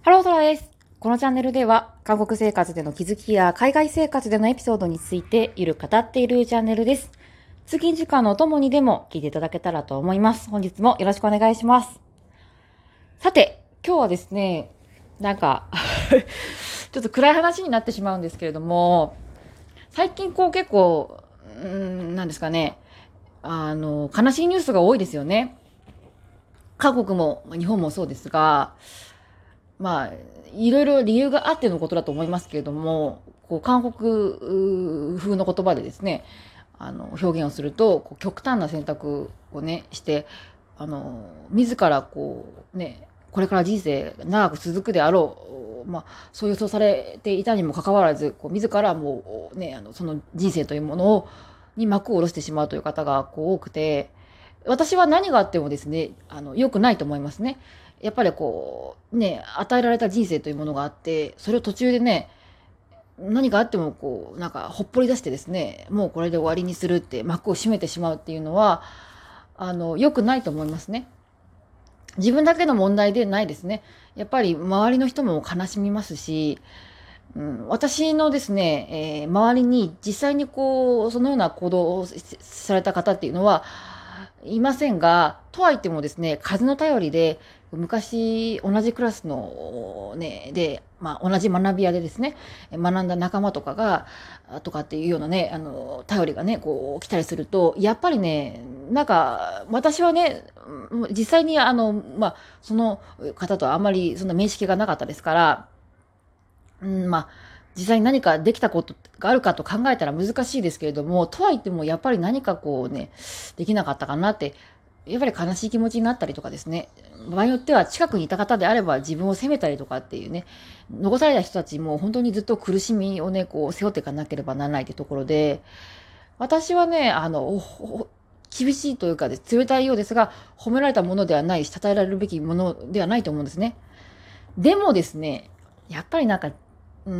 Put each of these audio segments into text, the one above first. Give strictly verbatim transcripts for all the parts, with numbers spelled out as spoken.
ハローソラです。このチャンネルでは、韓国生活での気づきや海外生活でのエピソードについてゆる語っているチャンネルです。通勤時間のお供にでも聞いていただけたらと思います。本日もよろしくお願いします。さて、今日はですね、なんかちょっと暗い話になってしまうんですけれども、最近こう結構、うーん、なんですかね、あの、悲しいニュースが多いですよね。韓国も日本もそうですが、まあ、いろいろ理由があってのことだと思いますけれども、こう韓国風の言葉でですね、あの表現をすると、こう極端な選択をねして、あの自らこうね、これから人生長く続くであろう、まあそう予想されていたにもかかわらず、こう自らもうね、あのその人生というものをに幕を下ろしてしまうという方がこう多くて、私は何があってもですね、あの良くないと思いますね。やっぱりこうね、与えられた人生というものがあって、それを途中でね、何があってもこうなんかほっぽり出してですね、もうこれで終わりにするって幕を閉めてしまうっていうのは、あの良くないと思いますね。自分だけの問題でないですね。やっぱり周りの人も悲しみますし、うん、私のですね、えー周りに実際にこうそのような行動をされた方っていうのはいませんが、とはいってもですね、風の頼りで、昔同じクラスのね、で、まあ同じ学び屋でですね、学んだ仲間とかが、とかっていうようなね、あの、頼りがね、こう来たりすると、やっぱりね、なんか、私はね、実際にあの、まあ、その方とはあんまりそんな面識がなかったですから、うん、まあ、実際に何かできたことがあるかと考えたら難しいですけれども、とはいってもやっぱり何かこうね、できなかったかなって、やっぱり悲しい気持ちになったりとかですね、場合によっては近くにいた方であれば自分を責めたりとかっていうね、残された人たちも本当にずっと苦しみをね、こう背負っていかなければならないというところで、私はね、あの、厳しいというかで冷たいようですが、褒められたものではないし、称えられるべきものではないと思うんですね。でもですね、やっぱりなんか、うん、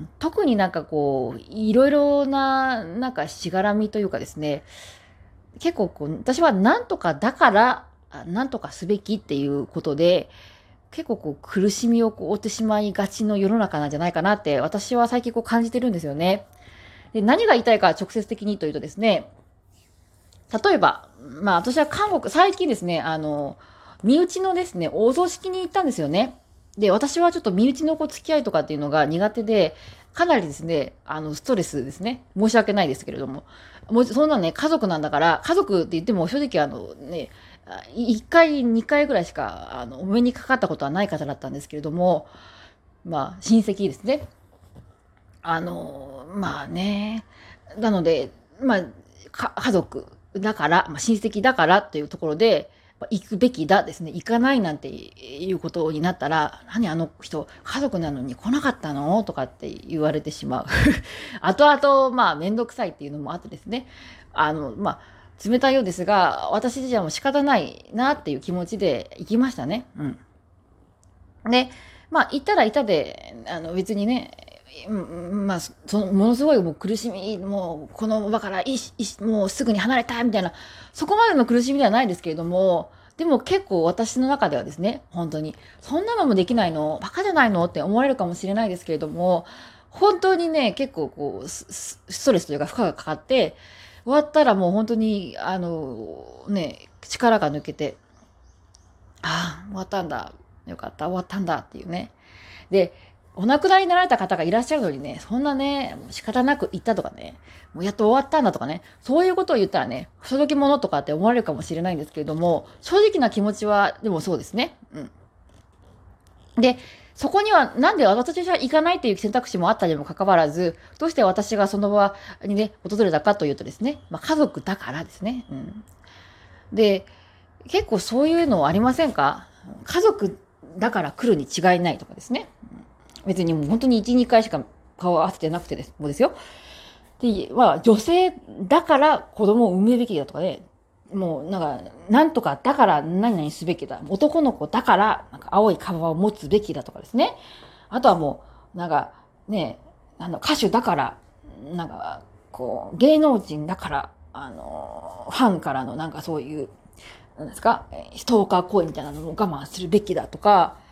特になんかこう、いろいろな、なんかしがらみというかですね、結構こう、私はなんとかだから、なんとかすべきっていうことで、結構こう苦しみをこう負ってしまいがちの世の中なんじゃないかなって私は最近こう感じてるんですよね。で、何が言いたいか直接的にというとですね、例えば、まあ私は韓国、最近ですね、あの、身内のですね、お葬式に行ったんですよね。で、私はちょっと身内のこう付き合いとかっていうのが苦手で、かなりですね、あの、ストレスですね。申し訳ないですけれども。もう、そんなね、家族なんだから、家族って言っても正直あのね、いっかい、にかいぐらいしか、あの、お目にかかったことはない方だったんですけれども、まあ、親戚ですね。あの、まあね。なので、まあ、か家族だから、まあ、親戚だからというところで、まあ行くべきだですね。行かないなんていうことになったら、何あの人、家族なのに来なかったのとかって言われてしまう。後々、まあ、めんどくさいっていうのもあってですね。あの、まあ、冷たいようですが、私じゃもう仕方ないなっていう気持ちで行きましたね。うん。で、まあ、行ったらいたで、あの、別にね、うん、まあ、その、ものすごいもう苦しみ、もう、この場からいし、いし、もうすぐに離れたいみたいな、そこまでの苦しみではないですけれども、でも結構私の中ではですね、本当に、そんなのもできないのバカじゃないのって思われるかもしれないですけれども、本当にね、結構こう、ススストレスというか負荷がかかって、終わったらもう本当に、あの、ね、力が抜けて、ああ、終わったんだ。よかった、終わったんだっていうね。で、お亡くなりになられた方がいらっしゃるのにね、そんなね、もう仕方なく言ったとかね、もうやっと終わったんだとかね、そういうことを言ったらね、不届き者とかって思われるかもしれないんですけれども、正直な気持ちは、でもそうですね。うん。で、そこには、なんで私は行かないっていう選択肢もあったにもかかわらず、どうして私がその場にね、訪れたかというとですね、まあ家族だからですね。うん。で、結構そういうのありませんか？家族だから来るに違いないとかですね。別にもう本当にいち、にかいしか顔を合わせてなくてですもうですよ。で、まあ女性だから子供を産むべきだとかね、もうなんか、なんとかだから何々すべきだ。男の子だからなんか青いカバンを持つべきだとかですね。あとはもう、なんかね、あの歌手だから、なんかこう芸能人だから、あの、ファンからのなんかそういうなんですか、ストーカー行為みたいなのを我慢するべきだとか、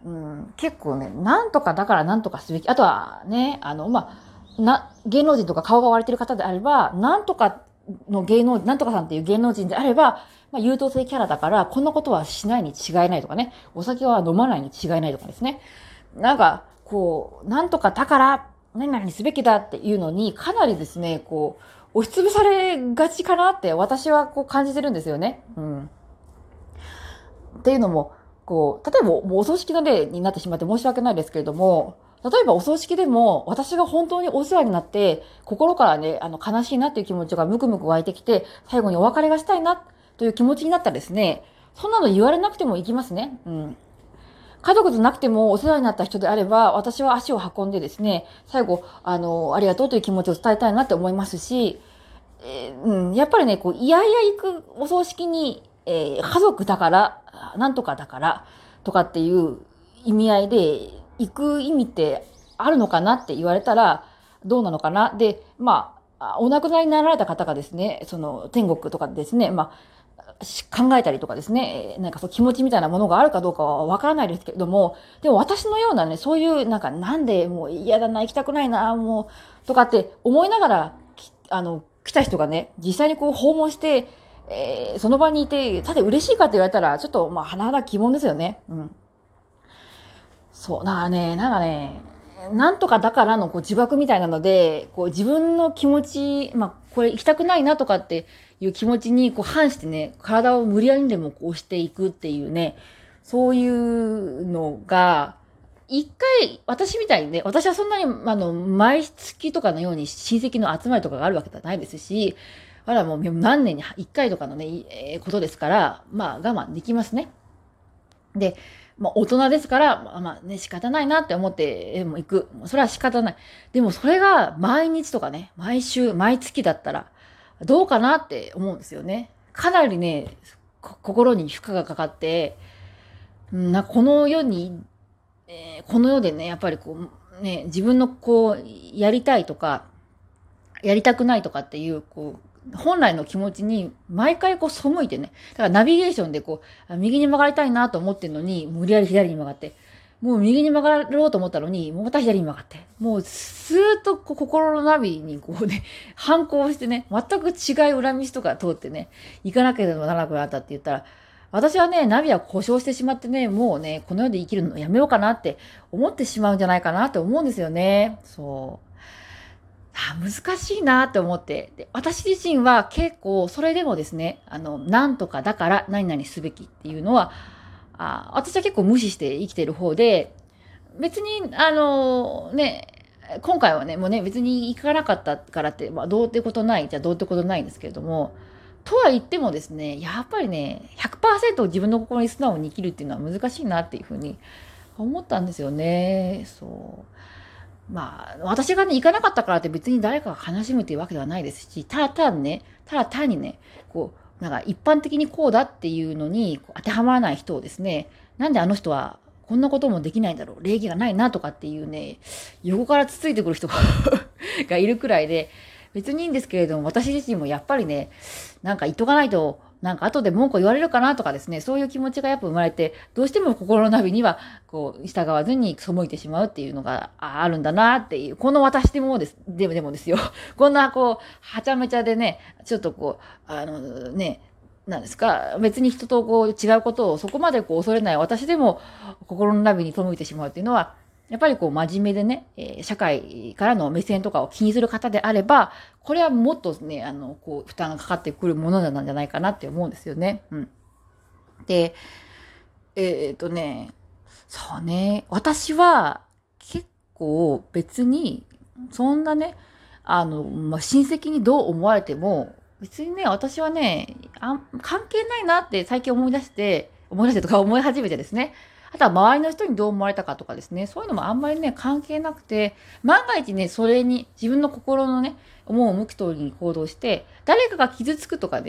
うん、結構ね、なんとかだからなんとかすべき。あとはね、あの、まあ、な、芸能人とか顔が割れてる方であれば、なんとかの芸能人、なんとかさんっていう芸能人であれば、まあ、優等生キャラだから、こんなことはしないに違いないとかね、お酒は飲まないに違いないとかですね。なんか、こう、なんとかだから、何々にすべきだっていうのに、かなりですね、こう、押しつぶされがちかなって私はこう感じてるんですよね。うん。っていうのも、こう、例えばもうお葬式の例になってしまって申し訳ないですけれども、例えばお葬式でも私が本当にお世話になって、心からね、あの悲しいなっていう気持ちがムクムク湧いてきて、最後にお別れがしたいなという気持ちになったらですね、そんなの言われなくても行きますね。うん。家族じゃなくてもお世話になった人であれば、私は足を運んでですね、最後、あの、ありがとうという気持ちを伝えたいなって思いますし、えーうん、やっぱりね、こう、いやいや行くお葬式に、えー家族だから、なんとかだから、とかっていう意味合いで、行く意味ってあるのかなって言われたら、どうなのかな。で、まあ、お亡くなりになられた方がですね、その、天国とかでですね、まあ、し考えたりとかですね、えーなんかそう気持ちみたいなものがあるかどうかはわからないですけれども、でも私のようなね、そういうなんかなんでもう嫌だな、行きたくないな、もう、とかって思いながら、きあの、来た人がね、実際にこう訪問して、えーその場にいて、ただ嬉しいかって言われたら、ちょっとまあ、甚だ疑問ですよね。うん。そう、だからね、なんかね、なんとかだからのこう自爆みたいなので、こう自分の気持ち、まあ、これ行きたくないなとかっていう気持ちにこう反してね、体を無理やりにでもこう押していくっていうね、そういうのが、一回、私みたいにね、私はそんなに、あの、毎月とかのように親戚の集まりとかがあるわけではないですし、あらもう何年に一回とかのね、えーことですから、まあ我慢できますね。で、まあ、大人ですから、まあ、まあね、仕方ないなって思って、えもう行く。もうそれは仕方ない。でもそれが毎日とかね、毎週、毎月だったら、どうかなって思うんですよね。かなりね、こ心に負荷がかかって、うんなこの世に、えーこの世でね、やっぱりこう、ね、自分のこう、やりたいとか、やりたくないとかっていう、こう、本来の気持ちに毎回こう背いてね。だからナビゲーションでこう、右に曲がりたいなと思ってるのに、無理やり左に曲がって。もう右に曲がろうと思ったのに、もうまた左に曲がって。もうずーっとこう心のナビにこうね、反抗してね、全く違う裏道とか通ってね、行かなければならなくなったって言ったら、私はね、ナビは故障してしまってね、もうね、この世で生きるのやめようかなって思ってしまうんじゃないかなって思うんですよね。そう。あ、難しいなって思って。で、私自身は結構それでもですね、あの、なんとかだから何々すべきっていうのは、あ、私は結構無視して生きてる方で、別に、あの、ね、今回はね、もうね、別に行かなかったからって、まあ、どうってことない、じゃあどうってことないんですけれども、とは言ってもですね、やっぱりね、ひゃくパーセント自分の心に素直に生きるっていうのは難しいなっていうふうに思ったんですよね。そう。まあ、私がね、行かなかったからって別に誰かが悲しむっていうわけではないですし、ただ単にね、ただ単にね、こう、なんか一般的にこうだっていうのにこう当てはまらない人をですね、なんであの人はこんなこともできないんだろう、礼儀がないなとかっていうね、横からつついてくる人ががいるくらいで、別にいいんですけれども、私自身もやっぱりね、なんか言っとかないと、なんか後で文句言われるかなとかですね、そういう気持ちがやっぱ生まれて、どうしても心のナビには、こう、従わずに背いてしまうっていうのがああるんだなっていう、この私でもです、でもでもですよ。こんなこう、はちゃめちゃでね、ちょっとこう、あのね、なんですか、別に人とこう違うことをそこまでこう恐れない私でも心のナビに背いてしまうっていうのは、やっぱりこう真面目でね、えー社会からの目線とかを気にする方であれば、これはもっとね、あの、こう、負担がかかってくるものなんじゃないかなって思うんですよね。うん。で、えーっとね、そうね、私は結構別に、そんなね、あの、まあ、親戚にどう思われても、別にね、私はね、あん関係ないなって最近思い出して、思い出してとか思い始めてですね。あとは周りの人にどう思われたかとかですね、そういうのもあんまりね、関係なくて、万が一ね、それに自分の心のね、思う向く通りに行動して、誰かが傷つくとかね、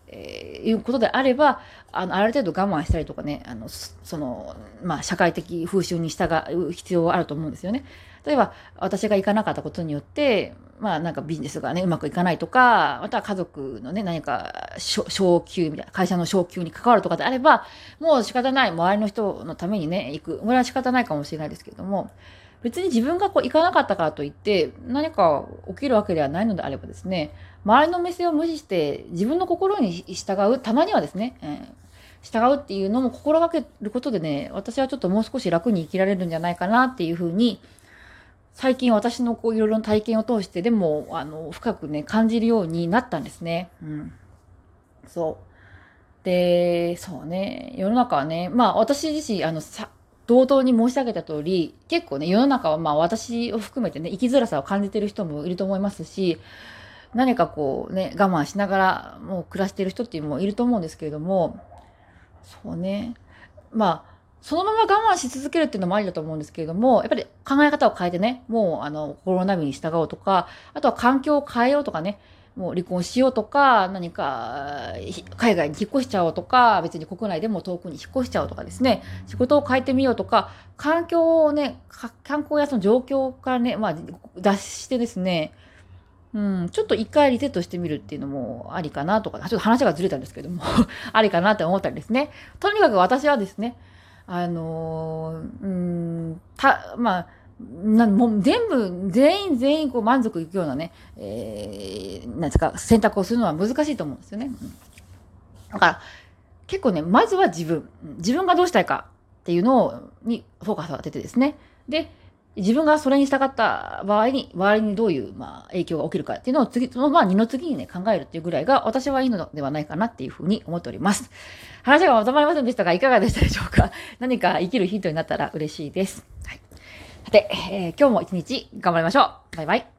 えーいうことであれば、あの、ある程度我慢したりとかね、あの、そその、まあ、社会的風習に従う必要はあると思うんですよね。例えば、私が行かなかったことによって、まあ、なんかビジネスがね、うまくいかないとか、または家族のね、何か、昇給みたいな、会社の昇給に関わるとかであれば、もう仕方ない、周りの人のためにね、行く。これは仕方ないかもしれないですけれども、別に自分がこう行かなかったからといって、何か起きるわけではないのであればですね、周りの目線を無視して自分の心に従う、たまにはですね、えー従うっていうのも心がけることでね、私はちょっともう少し楽に生きられるんじゃないかなっていうふうに、最近私のこういろいろな体験を通してでも、あの、深くね、感じるようになったんですね。うん。そう。で、そうね、世の中はね、まあ私自身、あの、さ、同等に申し上げた通り、結構ね、世の中はまあ私を含めてね、生きづらさを感じている人もいると思いますし、何かこうね、我慢しながらもう暮らしている人っていうのもいると思うんですけれども、そうね。まあ、そのまま我慢し続けるっていうのもありだと思うんですけれども、やっぱり考え方を変えてね、もうあの、心の波に従おうとか、あとは環境を変えようとかね、もう離婚しようとか、何か海外に引っ越しちゃおうとか、別に国内でも遠くに引っ越しちゃおうとかですね、仕事を変えてみようとか、環境をね、環境やその状況からね、まあ脱してですね、うん、ちょっと一回リセットしてみるっていうのもありかなとか、ちょっと話がずれたんですけどもありかなって思ったりですね。とにかく私はですね、あのー、うん、た、まあ、なもう全部、全員全員こう満足いくようなね、えー、なんですか、選択をするのは難しいと思うんですよね。うん、だから、結構ね、まずは自分。自分がどうしたいかっていうのを、にフォーカスを当ててですね。で、自分がそれに従った場合に、周りにどういう、まあ、影響が起きるかっていうのを次、そのまあ二の次にね、考えるっていうぐらいが、私はいいのではないかなっていうふうに思っております。話がまとまりませんでしたが、いかがでしたでしょうか。何か生きるヒントになったら嬉しいです。はい。さて、えー今日も一日頑張りましょう。バイバイ。